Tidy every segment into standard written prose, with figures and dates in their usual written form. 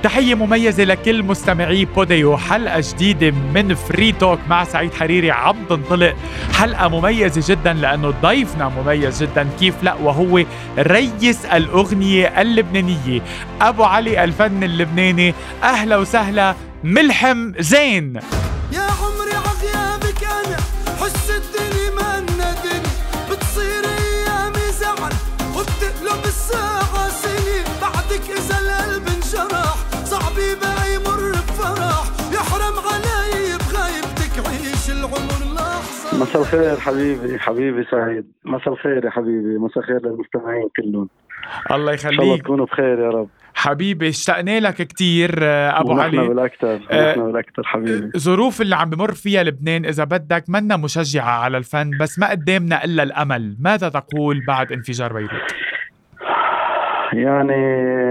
تحية مميزة لكل مستمعي بوديو. حلقة جديدة من فري توك مع سعيد حريري عم تنطلق. حلقة مميزة جدا لأنه ضيفنا مميز جدا، كيف لا، وهو ريس الأغنية اللبنانية أبو علي الفن اللبناني. أهلا وسهلا ملحم زين. يا عمري عغيابك أنا حس الدنيا ما الندن، بتصير أيامي زعل وبتقلب الساعة سنين، بعدك إذا القلب انشرح صعب بقى يمر بفرح، يحرم علي بغيبتك عيش العمر لحظة. مساء الخير حبيبي سعيد، مساء الخير يا حبيبي، مساء الخير للمستمعين كلهم. الله إن شاء الله يخليك تكونوا بخير يا رب. حبيبي، اشتقنا لك كتير أبو علي. ونحن بالأكتر حبيبي. ظروف اللي عم بمر فيها لبنان إذا بدك منا مشجعة على الفن، بس ما قدامنا إلا الأمل. ماذا تقول بعد انفجار بيروت؟ يعني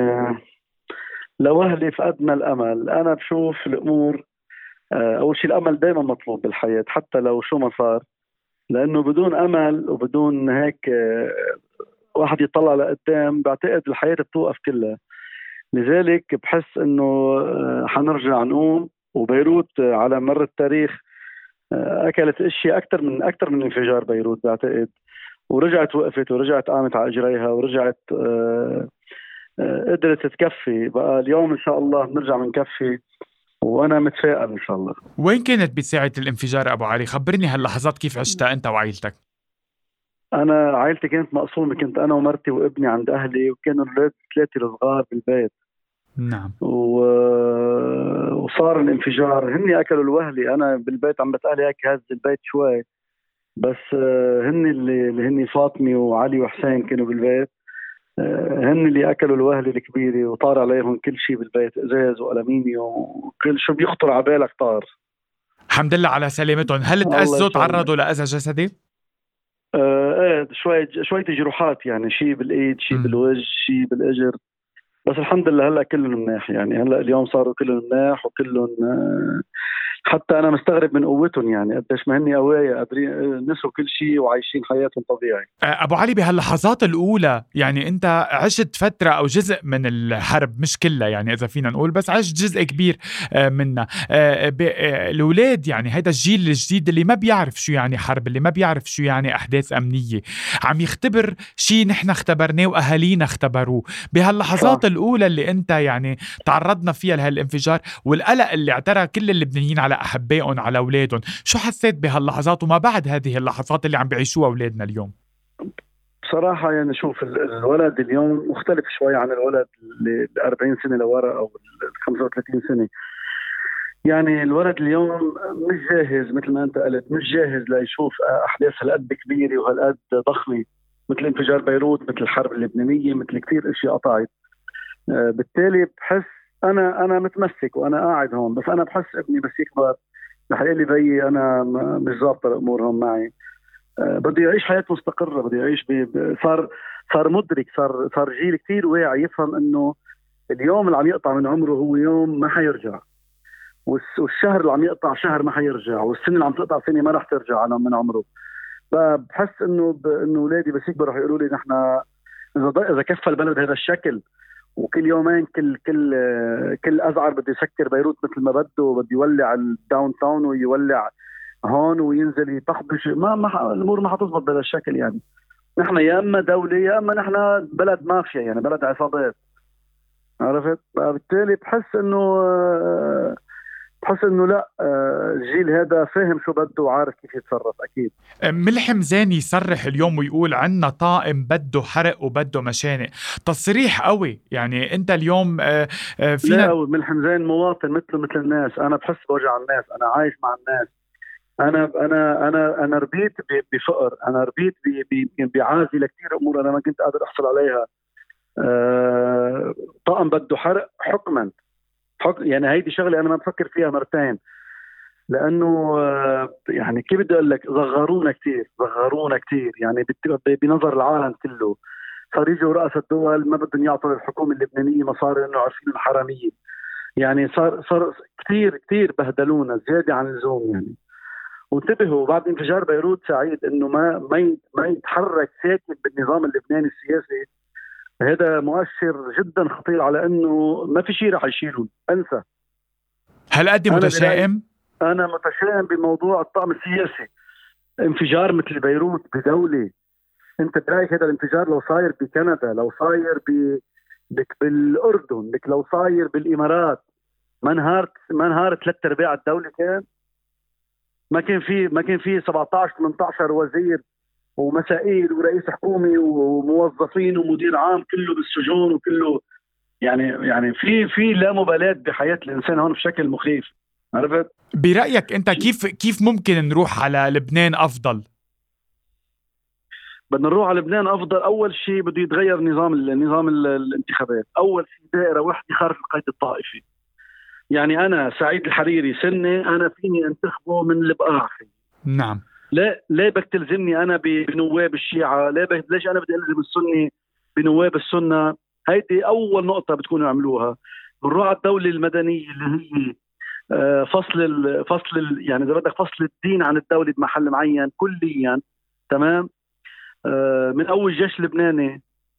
لو أهلي فقدنا الأمل، أنا بشوف الأمور أول شيء الأمل دايما مطلوب بالحياة حتى لو شو ما صار، لأنه بدون أمل وبدون هيك واحد يطلع لقدام بعتقد الحياة بتوقف كلها. لذلك بحس انه حنرجع نقوم، وبيروت على مر التاريخ اكلت اشياء اكثر من انفجار بيروت بعتقد، ورجعت وقفت ورجعت قامت على اجريها ورجعت قدرت تكفي. بقى اليوم ان شاء الله بنرجع بنكفي، وانا متفائل ان شاء الله. وين كانت بساعة الانفجار أبو علي؟ خبرني هاللحظات كيف عشتها أنت وعائلتك. انا عائلتي كانت مقسومه، كنت انا ومرتي وابني عند اهلي، وكانوا الولاد ثلاثه الصغار بالبيت. نعم. وصار الانفجار، هني اكلوا الوهلي. انا بالبيت عم بتقالي هيك هز البيت شوي، بس هني اللي هني فاطمه وعلي وحسين كانوا بالبيت، هني اللي اكلوا الوهلي الكبيره، وطار عليهم كل شيء بالبيت، ازاز والمينيوم وكل شو بيخطر على بالك طار. الحمد لله على سلامتهم. هل تأذوا تعرضوا لأذى جسدي؟ ايه شوية جروحات، يعني شيء بالايد، شيء بالوجه، شيء بالاجر، بس الحمد لله هلا كلهم مناح. يعني هلا اليوم صاروا كلهم مناح، وكلهم حتى انا مستغرب من قوتهم، يعني قديش ما هني قوايا قادرين نسوا كل شيء وعايشين حياتهم طبيعي. أبو علي، بهاللحظات الأولى يعني أنت عشت فترة أو جزء من الحرب، مش كلها يعني إذا فينا نقول، بس عشت جزء كبير منها. الأولاد يعني هيدا الجيل الجديد اللي ما بيعرف شو يعني حرب، اللي ما بيعرف شو يعني أحداث أمنية، عم يختبر شيء نحن اختبرناه وأهالينا اختبروه. بهاللحظات الأولى اللي أنت يعني تعرضنا فيها لهالانفجار، والقلق اللي اعترى كل اللبنانيين على أحبائهم على أولادهم، شو حسيت بهاللحظات وما بعد هذه اللحظات اللي عم بيعيشوها أولادنا اليوم؟ بصراحة يعني شوف، الولد اليوم مختلف شوي عن الولد اللي 40 سنة لورا أو 35 سنة. يعني الولد اليوم مش جاهز، مثل ما أنت قلت، مش جاهز ليشوف أحداث هالقد كبيرة وهالقد ضخمة، مثل انفجار بيروت، مثل الحرب اللبنانية، مثل كثير أشياء قطعت. بالتالي بحس أنا متمسك وأنا قاعد هون، بس أنا بحس ابني بس يكبر رح يقول لي بيي أنا مش ضابطة الأمور هون معي. بده يعيش حياة مستقرة، بده يعيش صار مدرك، صار جيل كتير واعي يفهم إنه اليوم اللي عم يقطع من عمره هو يوم ما حيرجع، والشهر اللي عم يقطع شهر ما حيرجع، والسنة اللي عم تقطع سنة ما رح ترجع من عمره. فبحس إنه أولادي بس يكبروا رح يقولوا لي نحن إذا كفى البلد هذا الشكل، وكل يومين كل أزعر بده يسكر بيروت مثل ما بده يولع الداون تاون ويولع هون وينزل يطخبش، الأمور ما حتزبط بهذا الشكل. يعني نحن يا أما دولة يا أما نحن بلد مافيا، يعني بلد عصابات، عرفت؟ بالتالي بحس إنه لا، الجيل هذا فاهم شو بده وعارف كيف يتصرف. أكيد ملحم زين يصرح اليوم ويقول عنا طائم بده حرق وبده مشانق، تصريح قوي. يعني أنت اليوم فينا. لا، ملحم زين مواطن مثله مثل الناس. أنا بحس بوجع الناس، أنا عايش مع الناس. أنا ربيت بفقر، أنا ربيت بعازي لكثير أمور أنا ما كنت قادر أحصل عليها. طقم بده حرق حكما، يعني هيدي شغلة أنا ما بفكر فيها مرتين، لأنه يعني كيف بدي أقول لك، صغرونا كتير يعني بنظر العالم كله. صار يجوا رؤساء الدول ما بدهم يعطوا للحكومة اللبنانية مصاري لأنه عارفين الحرامية. يعني صار كتير بهدلونا زيادة عن اللزوم يعني. وانتبهوا بعد انفجار بيروت سعيد انه ما يتحرك ساكن بالنظام اللبناني السياسي هذا مؤشر جدا خطير على انه ما في شيء رح يشيله، انسى. هل قد متشائم؟ انا متشائم بموضوع الطعم السياسي. انفجار مثل بيروت بدولة، انت برايك هذا الانفجار لو صاير بكندا، لو صاير بالاردن، لك لو صاير بالامارات، ما انهارت 3/4 الدولة كان؟ ما كان في 17 18 وزير ومسائل ورئيس حكومي وموظفين ومدير عام كله بالسجون وكله، يعني في لا مبالاة بحياة الإنسان هون بشكل مخيف. عرفت؟ برأيك أنت كيف ممكن نروح على لبنان أفضل؟ بدنا نروح على لبنان أفضل. أول شيء بده يتغير نظام الانتخابات. أول شيء دائرة واحدة خارج القيد الطائفي. يعني أنا سعيد الحريري سنة، أنا فيني أنتخبه من البقاع. نعم. ليه بدك تلزمني أنا بنواب الشيعة؟ ليش أنا بدي ألزم السني بنواب السنة؟ هيدي أول نقطة بتكونوا يعملوها. بنروح على الدولة المدنية اللي هي يعني إذا بدك فصل الدين عن الدولة بمحل معين كليا. تمام. من أول جيش لبناني،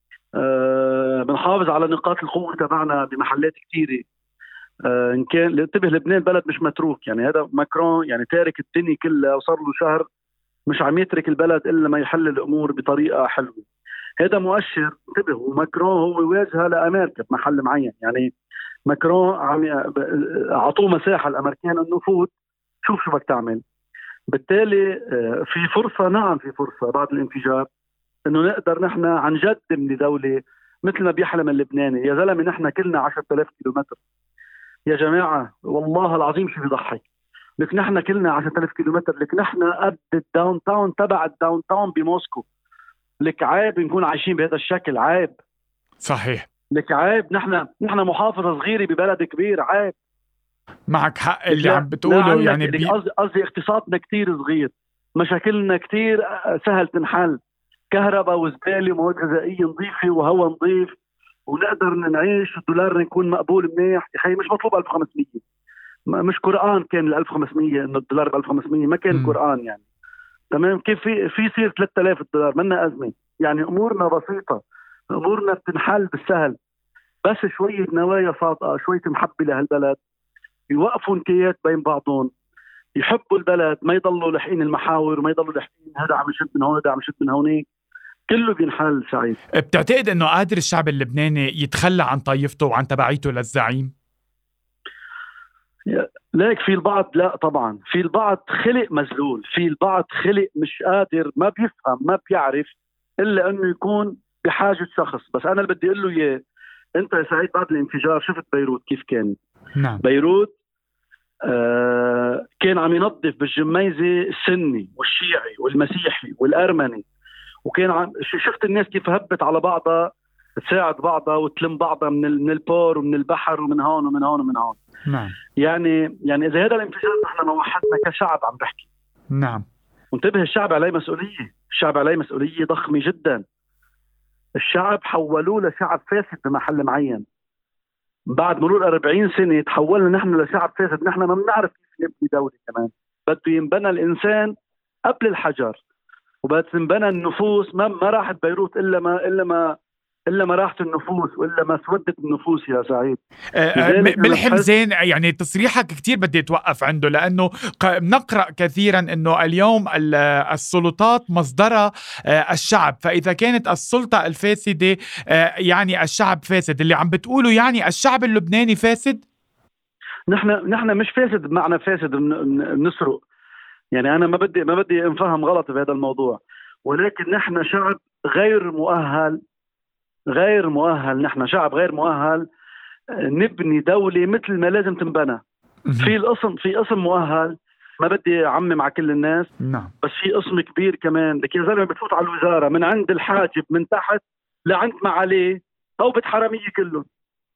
بنحافظ على نقاط القوة تبعنا بمحلات كثيرة. إن كان انتبه، لبنان بلد مش متروك. يعني هذا ماكرون يعني تارك الدنيا كلها وصار له شهر مش عم يترك البلد إلا ما يحل الأمور بطريقة حلوة. هذا مؤشر. انتبه، وماكرون هو واجهة لأمريكا بمحل معين. يعني ماكرون عطوه مساحة الأمريكان أنه فوت شوف شو بدك تعمل. بالتالي في فرصة، نعم في فرصة بعد الانفجار أنه نقدر نحن عن جد نبني دولة مثل ما بيحلم اللبناني. يا زلمة نحن كلنا 10,000 كيلومتر يا جماعة، والله العظيم شو بيضحك. لك نحن كلنا 10,000 كيلومتر، لك نحن قد الداون تاون تبع الداون تاون بموسكو. لك عيب نكون عايشين بهذا الشكل، عيب. صحيح. لك عيب، نحن محافظة صغيرة ببلد كبير، عيب. معك حق اللي عم بتقوله. يعني قصدي اقتصادنا كتير صغير، مشاكلنا كتير سهل تنحل. كهرباء وزبالة ومواد غذائية نظيفة وهواء نظيف ونقدر نعيش. الدولار يكون مقبول منيح. يا خي مش مطلوب 1500. مش قرآن كان 1500 انه الدولار ب 1500، ما كان قرآن يعني. تمام. كيف في يصير 3000 الدولار؟ منا أزمة. يعني أمورنا بسيطة، أمورنا بتنحل بالسهل. بس شوية نوايا صادقة، شوية محبة لهالبلد، يوقفوا نكيات بين بعضهم، يحبوا البلد، ما يضلوا لحقين المحاور، ما يضلوا لحقين هذا عم يشد من هون هذا عم يشد من هونيك. كله بينحل. سعيد، بتعتقد انه قادر الشعب اللبناني يتخلى عن طائفته وعن تبعيته للزعيم؟ ليك في البعض لا طبعا، في البعض خلق مذلول، في البعض خلق مش قادر، ما بيفهم ما بيعرف الا انه يكون بحاجة شخص. بس انا اللي بدي اقول له اياه، انت يا سعيد بعد الانفجار شفت بيروت كيف كانت؟ نعم. بيروت كان عم ينظف بالجميزة السني والشيعي والمسيحي والأرمني، وكان شفت الناس كيف هبت على بعضها تساعد بعضها وتلم بعضها من البور ومن البحر ومن هون ومن هون ومن هون. نعم. يعني إذا هذا الانفجار نحن ما وحدنا كشعب عم بحكي. نعم. وانتبه، الشعب عليه مسؤولية، الشعب عليه مسؤولية ضخمة جدا. الشعب حولوه لشعب فاسد بمحل معين. بعد مرور 40 سنة تحولنا نحن لشعب فاسد. نحن ما بنعرف كيف نبني دولة كمان. بده ينبنى الإنسان قبل الحجر، وبدت تنبنى النفوس. ما راحت بيروت إلا ما راحت النفوس وإلا ما سودت النفوس يا سعيد. ملحم زين، يعني تصريحك كتير بدي أتوقف عنده، لأنه نقرأ كثيرا أنه اليوم السلطات مصدرها الشعب، فإذا كانت السلطة الفاسدة يعني الشعب فاسد. اللي عم بتقوله يعني الشعب اللبناني فاسد؟ نحن مش فاسد بمعنى فاسد بنسرق. يعني أنا ما بدي انفهم غلط بهذا الموضوع، ولكن نحن شعب غير مؤهل. نحن شعب غير مؤهل نبني دولة مثل ما لازم تنبنى. في قسم مؤهل، ما بدي أعمم على كل الناس. نعم. بس في قسم كبير كمان. لك يا زلمة بتفوت على الوزارة من عند الحاجب من تحت لعند ما عليه أو بتحرمية كلهم.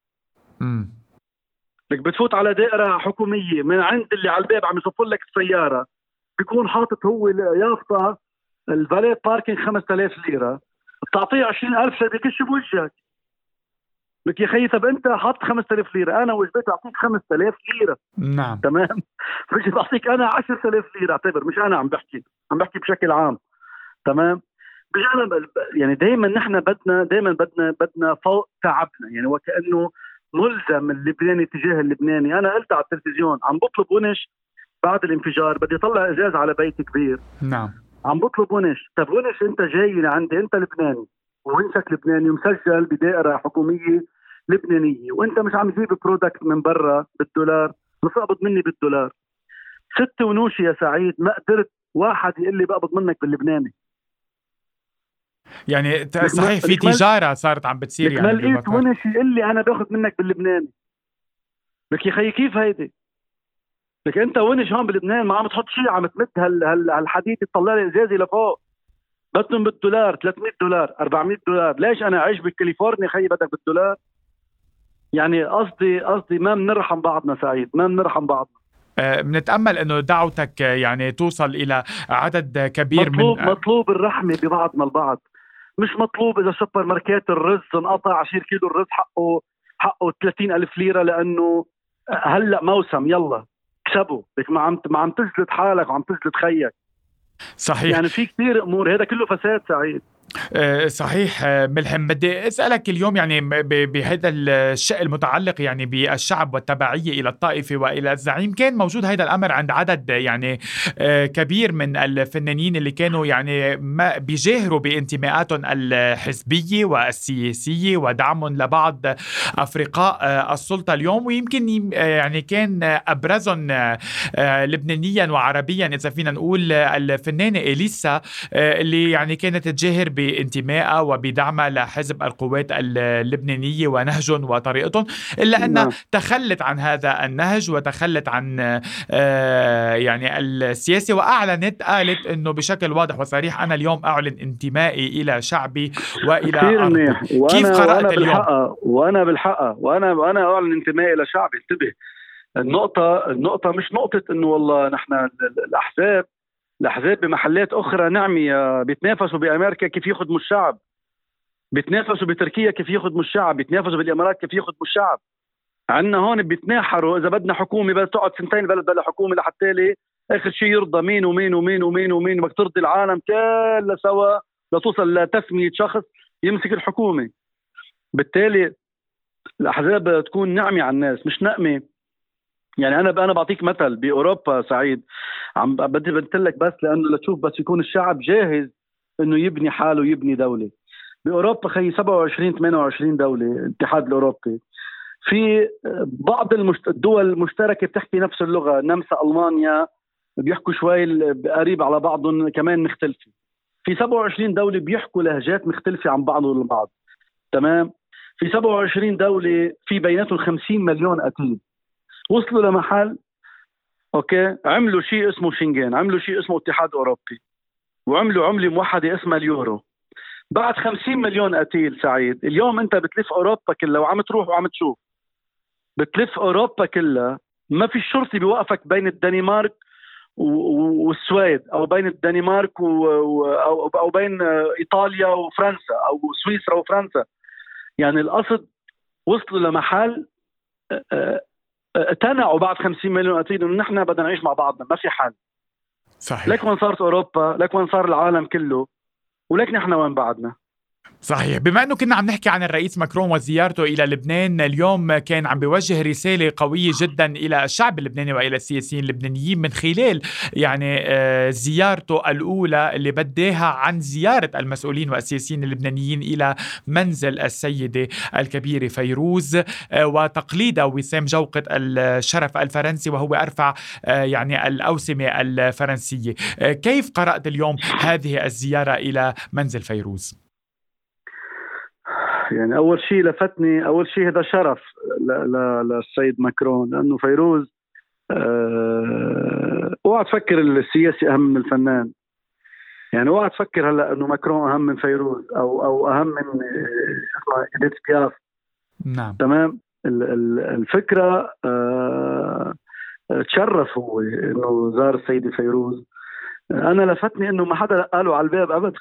لك بتفوت على دائرة حكومية من عند اللي على الباب عم يصفر لك السيارة، بيكون حاطط هو يافطة الفاليت باركينج 5000 ليرة، بتعطيه 20,000 بيكش بوجهك. لك يا خي طب انت حاط 5000 ليرة، انا وجبتي اعطيك 5000 ليرة. نعم. تمام. بيجي بعطيك انا 10,000 ليرة. اعتبر مش انا عم بحكي بشكل عام. تمام. بجانب يعني دائما نحن بدنا فوق تعبنا، يعني وكأنه ملزم اللبناني تجاه اللبناني. أنا قلت على التلفزيون عم بطلب ونش بعد الانفجار، بدي طلع إزاز على بيت كبير. نعم. عم بطلب ونش. طب ونش أنت جاي لعندي، أنت لبناني وونشك لبناني ومسجل بدائرة حكومية لبنانية، وأنت مش عم تجيب برودكت من برا بالدولار، بتقبض مني بالدولار. 6 ونوشي يا سعيد، ما قدرت واحد يقول لي بقبض منك باللبناني. يعني صحيح في تجارة صارت عم بتصير يعني لقيت ونش يقول لي أنا باخذ منك باللبناني. لك يا خيي كيف هيدي؟ لك أنت ونش هون بلبنان ما عم تحط شيء، عم تمد هالحديد يطلع لي إزازي لفوق، بدهم بالدولار $300 $400. ليش أنا أعيش بكاليفورنيا خيي بدك بالدولار؟ يعني قصدي ما بنرحم بعضنا سعيد، ما بنرحم بعضنا. بنتأمل أنه دعوتك يعني توصل إلى عدد كبير مطلوب الرحمة ببعضنا البعض، مش مطلوب إذا سوبر ماركت الرز انقطع 10 كيلو الرز حقه 30,000 ليرة لأنه هلأ موسم يلا كسبوا. لك ما عم تجلد حالك وعم تجلد خيك. صحيح. يعني في كتير أمور، هذا كله فساد سعيد. صحيح. ملهم، بدي أسألك اليوم يعني بهذا الشيء المتعلق يعني بالشعب والتبعية إلى الطائفة وإلى الزعيم. كان موجود هذا الأمر عند عدد يعني كبير من الفنانين اللي كانوا يعني ما بيجاهروا بانتماءاتهم الحزبية والسياسية ودعمهم لبعض أفرقاء السلطة اليوم، ويمكن يعني كان أبرزهم لبنانيا وعربيا إذا فينا نقول الفنانة إليسا، اللي يعني كانت تجاهر بانتمائها وبدعمها لحزب القوات اللبنانية ونهجهم وطريقتهم، إلا أنها تخلت عن هذا النهج وتخلت عن يعني السياسة، قالت أنه بشكل واضح وصريح أنا اليوم أعلن انتمائي إلى شعبي وإلى أرضي. كيف قرأت اليوم؟ وأنا أعلن انتمائي إلى شعبي. انتبه، النقطة مش نقطة أنه والله نحن الأحزاب بمحلات أخرى نعمي بيتنافسوا بأمريكا كيف يخدموا الشعب، بيتنافسوا بتركيا كيف يخدموا الشعب، بيتنافسوا بالإمارات كيف يخدموا الشعب. عنا هون بيتناحروا إذا بدنا حكومة بدها تقعد 2 بلد بلا حكومة لحتى لي آخر شيء يرضى مين ومين ومين ومين ومين، بدك ترضي العالم كله سوا لتوصل لتسمية شخص يمسك الحكومة. بالتالي الأحزاب تكون نعمة على الناس مش نقمة. يعني أنا بعطيك مثل بأوروبا سعيد، بدي بنتلك بس لأنه لتشوف بس يكون الشعب جاهز إنه يبني حاله ويبني دولة. بأوروبا خي 27-28 دولة الاتحاد الأوروبي، في بعض الدول المشتركة بتحكي نفس اللغة، نمسا ألمانيا بيحكوا شوي قريب على بعضهم كمان مختلفة. في 27 دولة بيحكوا لهجات مختلفة عن بعضهم البعض. تمام. في 27 دولة في بيناتهم 50 مليون قتيل. وصلوا لمحل اوكي عملوا شيء اسمه شنغن، عملوا شيء اسمه اتحاد اوروبي، وعملوا عملة موحدة اسمها اليورو. بعد 50 مليون قتيل سعيد، اليوم انت بتلف اوروبا كلها وعم تروح وعم تشوف، بتلف اوروبا كلها ما في شرطي بيوقفك بين الدنمارك والسويد، او بين الدنمارك او بين ايطاليا وفرنسا، او سويسرا وفرنسا. يعني القصد وصلوا لمحل تنعوا بعد 50 مليون قتيل انه نحن بدنا نعيش مع بعضنا، ما في حل. صحيح. لك وين صارت اوروبا، لك وين صار العالم كله، ولك نحن وين بعدنا. صحيح. بما أنه كنا عم نحكي عن الرئيس ماكرون وزيارته إلى لبنان اليوم، كان عم بيوجه رسالة قوية جدا إلى الشعب اللبناني وإلى السياسيين اللبنانيين من خلال يعني زيارته الأولى اللي بداها عن زيارة المسؤولين والسياسيين اللبنانيين إلى منزل السيدة الكبيرة فيروز وتقليد وسام جوقة الشرف الفرنسي وهو أرفع يعني الأوسمة الفرنسية. كيف قرأت اليوم هذه الزيارة إلى منزل فيروز؟ يعني أول شيء لفتني، أول شيء هذا شرف للسيد ماكرون، لأنه فيروز اوعى تفكر السياسي أهم من الفنان. يعني اوعى تفكر هلا إنه ماكرون أهم من فيروز أو أهم من إديث بياف. نعم. تمام. الفكرة تشرف هو إنه زار السيدة فيروز. أنا لفتني إنه ما حدا قالوا على الباب أبدا.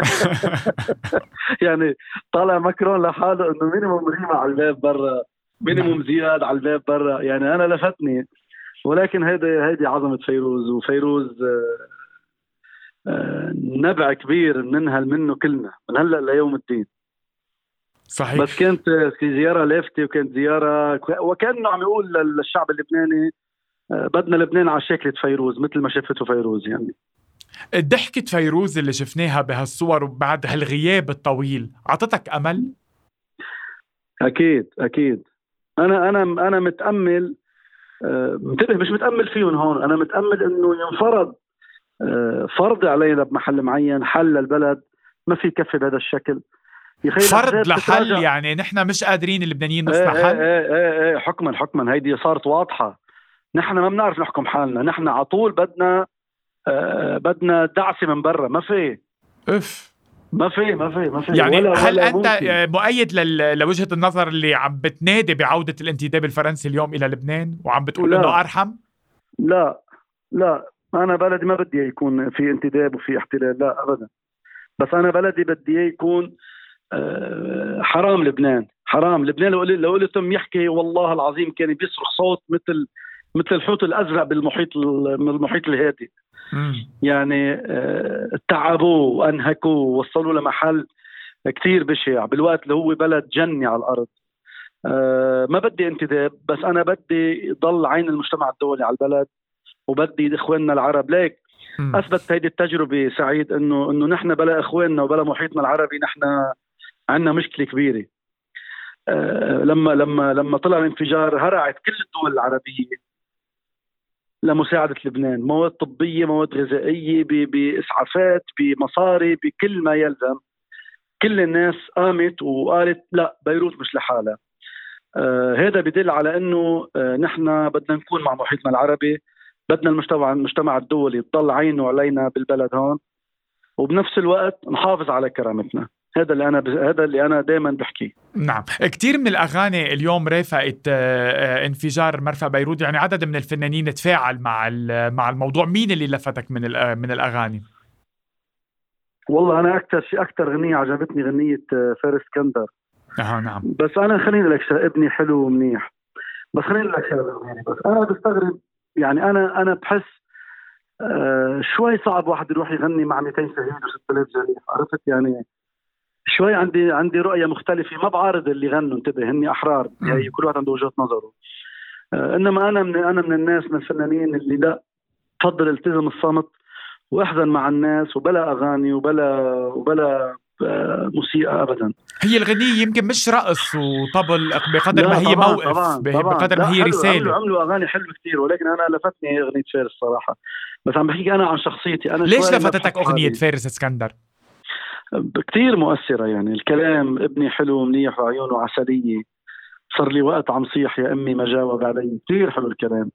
يعني طالع ماكرون لحاله إنه مينيموم ريما على الباب برا، مينيموم زياد على الباب برا. يعني أنا لفتني، ولكن هيدي عظمة فيروز. وفيروز نبع كبير بننهل منه كلنا من هلا ليوم الدين. صحيح. بس كانت زيارة لافتة، وكانت زيارة وكأنه عم يقول للشعب اللبناني بدنا لبنان على شكلة فيروز مثل ما شافته فيروز. يعني ضحكة فيروز اللي شفناها بهالصور وبعد هالغياب الطويل عطتك أمل؟ أكيد أكيد. أنا متأمل، مش متأمل فيهم هون، أنا متأمل إنه ينفرض فرض علينا بمحل معين، حل البلد ما في كفي بهذا الشكل. فرض لحل، يعني نحن مش قادرين اللبنانيين نصنع حل. حكما هيدي صارت واضحة. نحن ما بنعرف نحكم حالنا، نحن على طول بدنا دعسة من برا. ما في ما في يعني هل أنت مؤيد لوجهة النظر اللي عم بتنادي بعودة الانتداب الفرنسي اليوم إلى لبنان وعم بتقول إنه أرحم؟ لا أنا بلدي ما بدي يكون في انتداب وفي احتلال، لا أبدا. بس أنا بلدي بدي يكون حرام لبنان. حرام لبنان. لو قلتم يحكي والله العظيم كان بيصرخ صوت مثل الحوت الأزرق بالمحيط الهادئ. يعني تعبوا وأنهكوا وصلوا لمحل كتير بشع بالوقت اللي هو بلد جنة على الأرض. ما بدي انتداب، بس أنا بدي ضل عين المجتمع الدولي على البلد، وبدي إخواننا العرب. ليك أثبت هذه التجربة سعيد إنه نحن بلا إخواننا وبلا محيطنا العربي نحن عندنا مشكلة كبيرة. لما طلع الانفجار هرعت كل الدول العربية لمساعدة لبنان، مواد طبية، مواد غذائية، بإسعافات، بمصاري، بكل ما يلزم. كل الناس قامت وقالت لا، بيروت مش لحالها. هذا بدل على أنه نحن بدنا نكون مع محيطنا العربي، بدنا المجتمع الدولي تضل عينه علينا بالبلد هون، وبنفس الوقت نحافظ على كرامتنا. هذا اللي أنا دائما بحكيه. نعم. كتير من الأغاني اليوم رافقت انفجار مرفأ بيروت، يعني عدد من الفنانين تفاعل مع الموضوع. مين اللي لفتك من الأغاني؟ والله أنا أكثر غنية عجبتني غنية فارس اسكندر. نعم. بس أنا خليني لك ابني حلو ومنيح. بس خليني لك شغله، بس أنا بستغرب، يعني أنا بحس شوي صعب واحد يروح يغني مع 200 شهيد و6000 جريح. عرفت يعني شوي عندي رؤية مختلفة. ما بعارض اللي غنوا، انتبه، هني أحرار، يعني كل واحد عنده وجهة نظره. إنما أنا من الناس، من الفنانين اللي لا، تفضل التزم الصمت واحزن مع الناس، وبلا أغاني وبلا موسيقى أبدا. هي الغنية يمكن مش رقص وطبل بقدر ما هي موقف، بقدر ما هي رسالة. عملوا أغاني حلوة كتير، ولكن أنا لفتني أغنية فارس صراحة. بس عم بحكيك أنا عن شخصيتي. أنا ليش لفتتك أغنية فارس اسكندر؟ كتير مؤثرة. يعني الكلام ابني حلو ومنيح وعيونه عسلية، صار لي وقت عم صيح يا أمي ما جاوب علي. كتير حلو الكلام.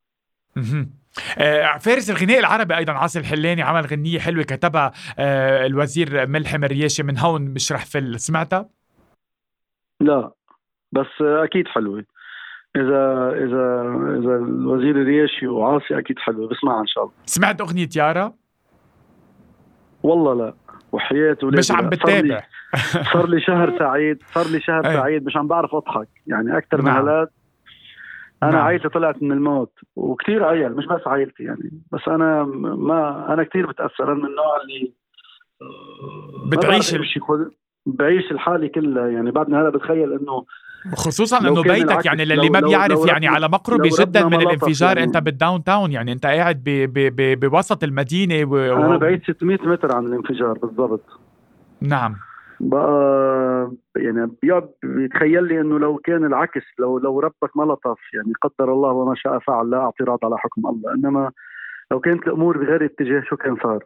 فارس الغناء العربي أيضا عاصي الحلاني عمل غنية حلوة كتبها الوزير ملحم الرياشي، من هون مش رح فل. سمعتها؟ لا بس أكيد حلوة. إذا الوزير الرياشي وعاصي أكيد حلوة، بسمعها إن شاء الله. سمعت أغنية يارا؟ والله لا، وحياة ولادي مش عم بتابع. صار لي شهر سعيد مش عم بعرف أضحك. يعني أكتر من هالات. أنا عائلتي طلعت من الموت، وكتير عيال، مش بس عائلتي يعني. بس أنا كتير بتأثر. أنا من النوع اللي بعيش الحالي كلها. يعني بعدنا هلا بتخيل إنه خصوصا انه بيتك يعني للي ما بيعرف يعني على مقرب جدا من الانفجار. يعني انت بالداون تاون، يعني انت قاعد بوسط المدينة انا بعيد 600 متر عن الانفجار بالضبط. نعم. بقى يعني بيتخيل لي انه لو كان العكس، لو ربك ما لطف، يعني قدر الله وما شاء فعل، لا اعتراض على حكم الله. انما لو كانت الامور بغير اتجاه شو كان صار؟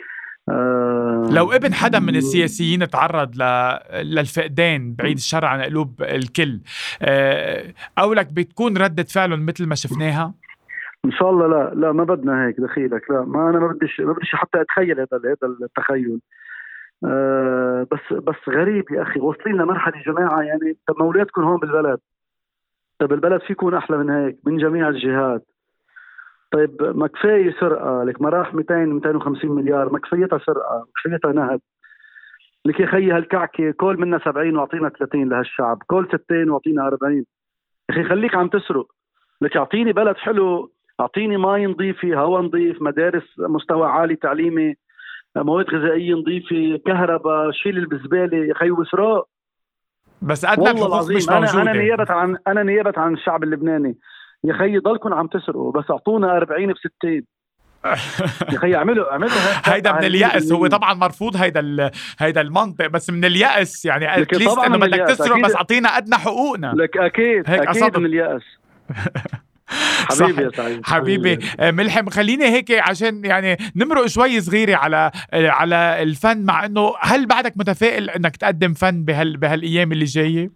لو ابن حدا من السياسيين تعرض للفقدان، بعيد الشر عن قلوب الكل، قولك بتكون ردة فعله مثل ما شفناها؟ ان شاء الله لا ما بدنا هيك دخيلك. لا، ما انا ما بديش حتى اتخيل هذا التخيل. بس غريب يا اخي، واصلين لمرحله جماعه. يعني طب ما اولادكم هون بالبلد، طب البلد فيكون احلى من هيك من جميع الجهات. طيب ما كفايه سرقه لك، ما راح 250 مليار، ما كفايتها سرقه، ما كفايتها نهب. لك يا خيي هالكعكه كل منا 70 واعطينا 30 لهالشعب، كل 60 واعطينا 40. يا اخي خليك عم تسرق. لك اعطيني بلد حلو، اعطيني ماء نظيف، هواء نظيف، مدارس مستوى عالي تعليمي، مواد غذائيه نظيفه، كهرباء، شيل الزباله يا خي وسراء. بس أدنى والله الحقوق العظيم مش موجودة. انا نيابه عن الشعب اللبناني يا خي، ضلكم عم تسرقوا بس اعطونا 40 ب60 يا خي. اعملوا هيدا من اليأس. هو طبعا مرفوض هيدا المنطق، بس من اليأس يعني اتليست انه بدك تسرق بس اعطينا ادنى حقوقنا. لك اكيد من اليأس. حبيبي يا سعيد حبيبي ملحم، خليني هيك عشان يعني نمرق شوي صغيرة على الفن، مع انه هل بعدك متفائل انك تقدم فن بهالايام اللي جايه؟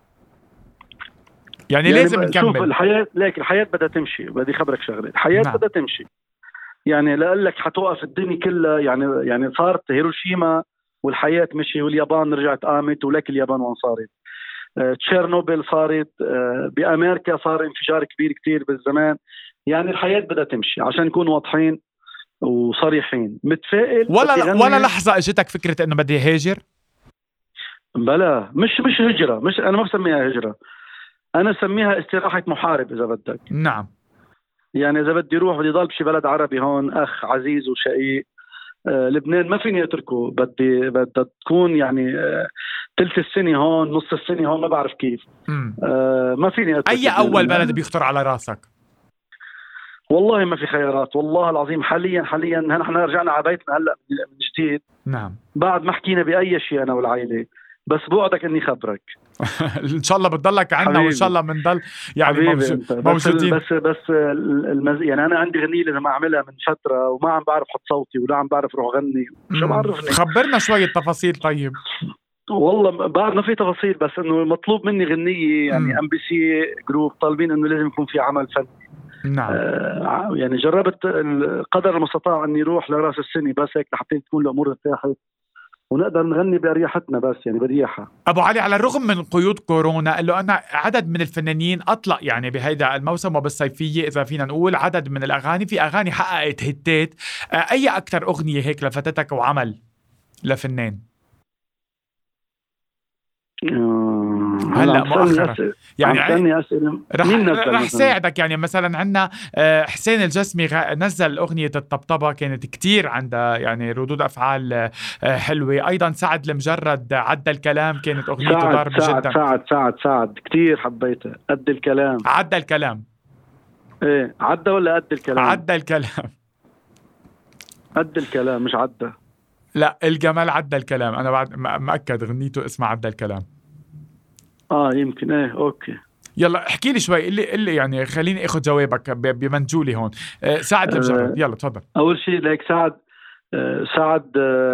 يعني لازم نكمل. شوف الحياة بدها تمشي. بدي خبرك شغله، الحياة بدها تمشي. يعني لقلك حتوقف الدنيا كلها، يعني صارت هيروشيما والحياة مشي، واليابان رجعت قامت، ولك اليابان وين صارت؟ تشيرنوبل صارت، بأمريكا صار انفجار كبير كتير بالزمان. يعني الحياة بدها تمشي عشان نكون واضحين وصريحين. متفائل ولا لحظة اجتك فكرة انه بدي هاجر؟ بلا، مش هجرة. مش انا ما بسميها هجرة، انا سميها استراحة محارب اذا بدك. نعم. يعني اذا بدي اروح بدي ضل بشي بلد عربي هون، اخ عزيز وشقيق. لبنان ما فيني اتركه. بدها تكون يعني ثلث السنة هون، نص السنة هون، ما بعرف كيف. ما فيني اترك. اي اول بلد بيخطر على راسك؟ والله ما في خيارات، والله العظيم. حاليا نحن رجعنا على بيتنا هلا من جديد. نعم. بعد ما حكينا باي شيء انا والعائله، بس بوعدك اني خبرك. ان شاء الله بتضلك عنا، وان شاء الله بنضل يعني موجودين. بس يعني انا عندي غنية لازم اعملها من فتره، وما عم بعرف احط صوتي، ولا عم بعرف اروح غني. شو بعرفني؟ خبرنا شويه تفاصيل. طيب والله بعد ما في تفاصل، بس انه مطلوب مني غنية. يعني MBC جروب طالبين انه لازم يكون في عمل فني. نعم. يعني جربت قدر المستطاع اني اروح لراس السنة، بس هيك لحتى تكون الامور ارتاحت ونقدر نغني بأريحتنا، بس يعني بريحة. أبو علي، على الرغم من قيود كورونا، قال له أنا عدد من الفنانين أطلق يعني بهيدا الموسم وبالصيفية إذا فينا نقول عدد من الأغاني، في أغاني حققت هيتات. أي أكتر أغنية هيك لفتتك وعمل لفنان؟ هلا مؤخرا يعني رح ساعدك. يعني مثلا عندنا حسين الجسمي نزل أغنية الطبطبة، كانت كتير عندها يعني ردود أفعال حلوة. أيضا سعد المجرد عدى الكلام، كانت أغنيته ضاربة جدا. سعد كتير حبيته. قد الكلام. عدى الكلام. ايه عدى ولا قد الكلام؟ عدى الكلام. قد الكلام مش عدى. لا، الجمال عدى الكلام. أنا بعد مأكد غنيته اسمها عدى الكلام. يمكن. اوكي. يلا احكي لي شوي، اللي يعني خليني اخذ جوابك بمنجولي هون. سعد المجرد، يلا تفضل. اول شيء لك سعد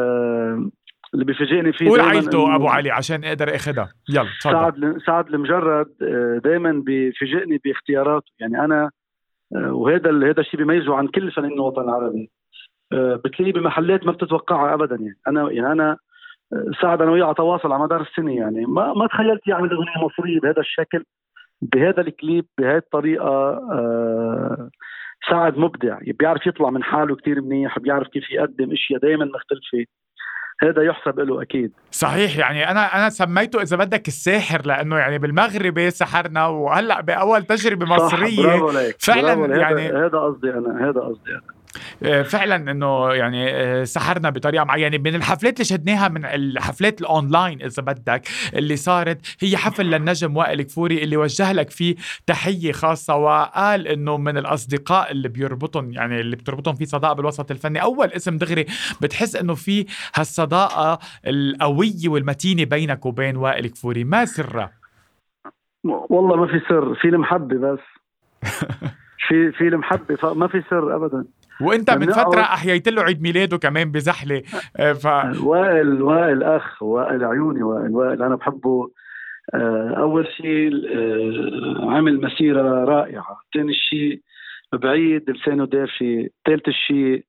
اللي بيفاجئني فيه قول عيلته ابو علي عشان اقدر اخذها. يلا تفضل. سعد المجرد دائما بيفاجئني باختياراته. يعني انا وهذا الشيء بيميزه عن كل فنانين الوطن العربي. بتلاقيه بمحلات ما بتتوقعها ابدا. يعني انا سعد انا وياه على تواصل على مدار السنه. يعني ما تخيلت يعمل اغنيه مصريه بهذا الشكل، بهذا الكليب، بهذه الطريقه. سعد مبدع، بيعرف يطلع من حاله كتير منيح، بيعرف كيف يقدم اشياء دائما مختلفه. هذا يحسب له اكيد. صحيح. يعني انا سميته اذا بدك الساحر، لانه يعني بالمغربي سحرنا، وهلا باول تجربه مصريه فعلا. يعني هذا قصدي انا فعلا انه يعني سحرنا بطريقه معينه. من الحفلات اللي شهدناها، من الحفلات الاونلاين اذا بدك اللي صارت، هي حفل للنجم وائل كفوري اللي وجه لك فيه تحيه خاصه، وقال انه من الاصدقاء اللي بتربطهم في صداقه بالوسط الفني. اول اسم دغري بتحس انه في هالصداقه القويه والمتينه بينك وبين وائل كفوري. ما سرها؟ والله ما في سر، في المحبه بس. في المحبه، ما في سر ابدا. وانت من فترة احييت له عيد ميلاده كمان بزحلة. وائل اخ، وائل عيوني، وائل انا بحبه. اول شيء عمل مسيرة رائعة. ثاني شيء بعيد لسانه دافي. ثالث شيء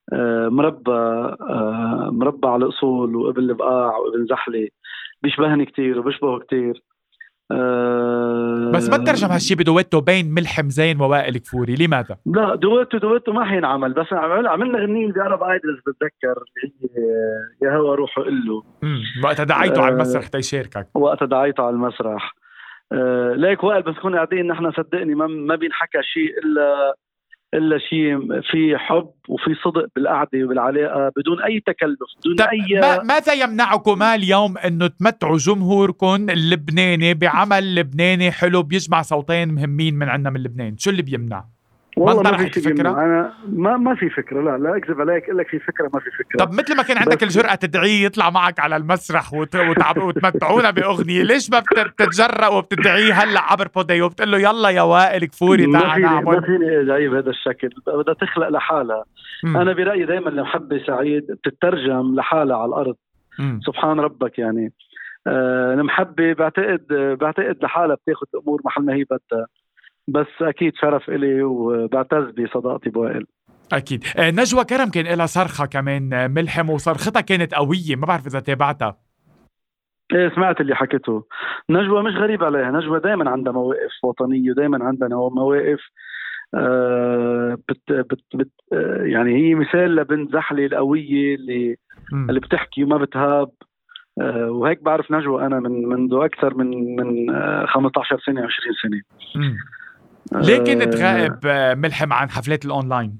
مربى على الاصول، وابن البقاع، وابن زحلة. بيشبهني كتير وبيشبهه كتير. بس ما ترجم هالشي بدويتو بين ملحم زين ووائل كفوري؟ لماذا؟ لا، دويتو ما حينعمل. بس عملنا غنية بعرب ايدلز بتذكر، اللي هي يا هوا روحه قله. وقت دعيته على المسرح تيشاركك. وقت دعيته على المسرح. ليك وائل بس كنا قاعدين نحن، صدقني ما بينحكى شيء إلا شيء في حب وفي صدق بالقعدة وبالعلاقة بدون أي تكلف، بدون أي. ماذا يمنعكما اليوم أنه تمتعوا جمهوركم اللبناني بعمل لبناني حلو بيجمع صوتين مهمين من عنا من لبنان؟ شو اللي بيمنع؟ والله ما في فكرة. أنا ما في فكرة. لا أكذب عليك، أقول لك في فكرة ما في فكرة. طب مثل ما كان عندك الجرأة تدعيه يطلع معك على المسرح وتمتعونا بأغنية، ليش ما بتتجرأ وبتدعيه هلا عبر بوديو وبتقول له يلا يا وائل كفوري تعال نعمل؟ ما فيني أدعيه بهذا الشكل، بدها تخلق لحالها. أنا برأيي دايما المحبة سعيد بتترجم لحالها على الأرض. سبحان ربك يعني. المحبة بعتقد لحالها بتاخد الأمور محل ما هي بدها. بس أكيد شرف إلي وبعتز بصداقتي بوائل. أكيد. نجوى كرم كان لها صرخة كمان ملحم، وصرختها كانت قوية، ما بعرف إذا تابعتها. إيه سمعت اللي حكيته. نجوى مش غريب عليها، نجوى دايما عندها مواقف وطنية، ودايما عندنا مواقف يعني هي مثال لبنت زحلة القوية اللي بتحكي وما بتهاب. وهيك بعرف نجوى أنا منذ أكثر من 15 سنة 20 سنة. ليه كنت غائب ملحم عن حفلات الأونلاين؟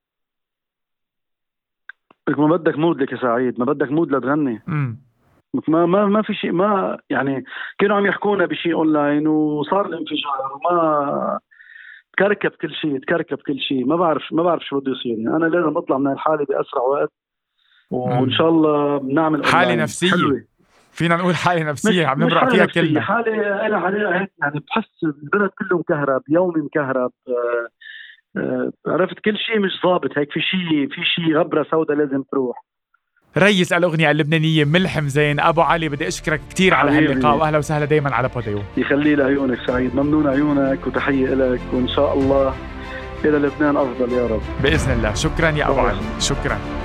ما بدك مود لك يا سعيد، ما بدك مود لتغني. ما في شيء، ما يعني كانوا عم يحكونا بشيء أونلاين وصار الانفجار وما تكركب كل شيء. ما بعرف شو بده يصير. يعني أنا لازم أطلع من الحالة بأسرع وقت، وإن شاء الله بنعمل حالة نفسية حلوة. فينا نقول حالة نفسية عم نمرق فيها كلنا. حالة أنا عليها هيك، يعني بحس البلد كله مكهرب، يومي مكهرب. عرفت كل شيء مش ضابط هيك، في شيء غبرة سوداء لازم تروح. ريس الأغنية اللبنانية ملحم زين أبو علي، بدي أشكرك كتير على هاللقاء، وأهلا وسهلا دايما على بوديو. يخلي لي عيونك سعيد، ممنون عيونك وتحية لك، وإن شاء الله إلى لبنان أفضل يا رب بإذن الله. شكرا يا أبو علي، شكرا.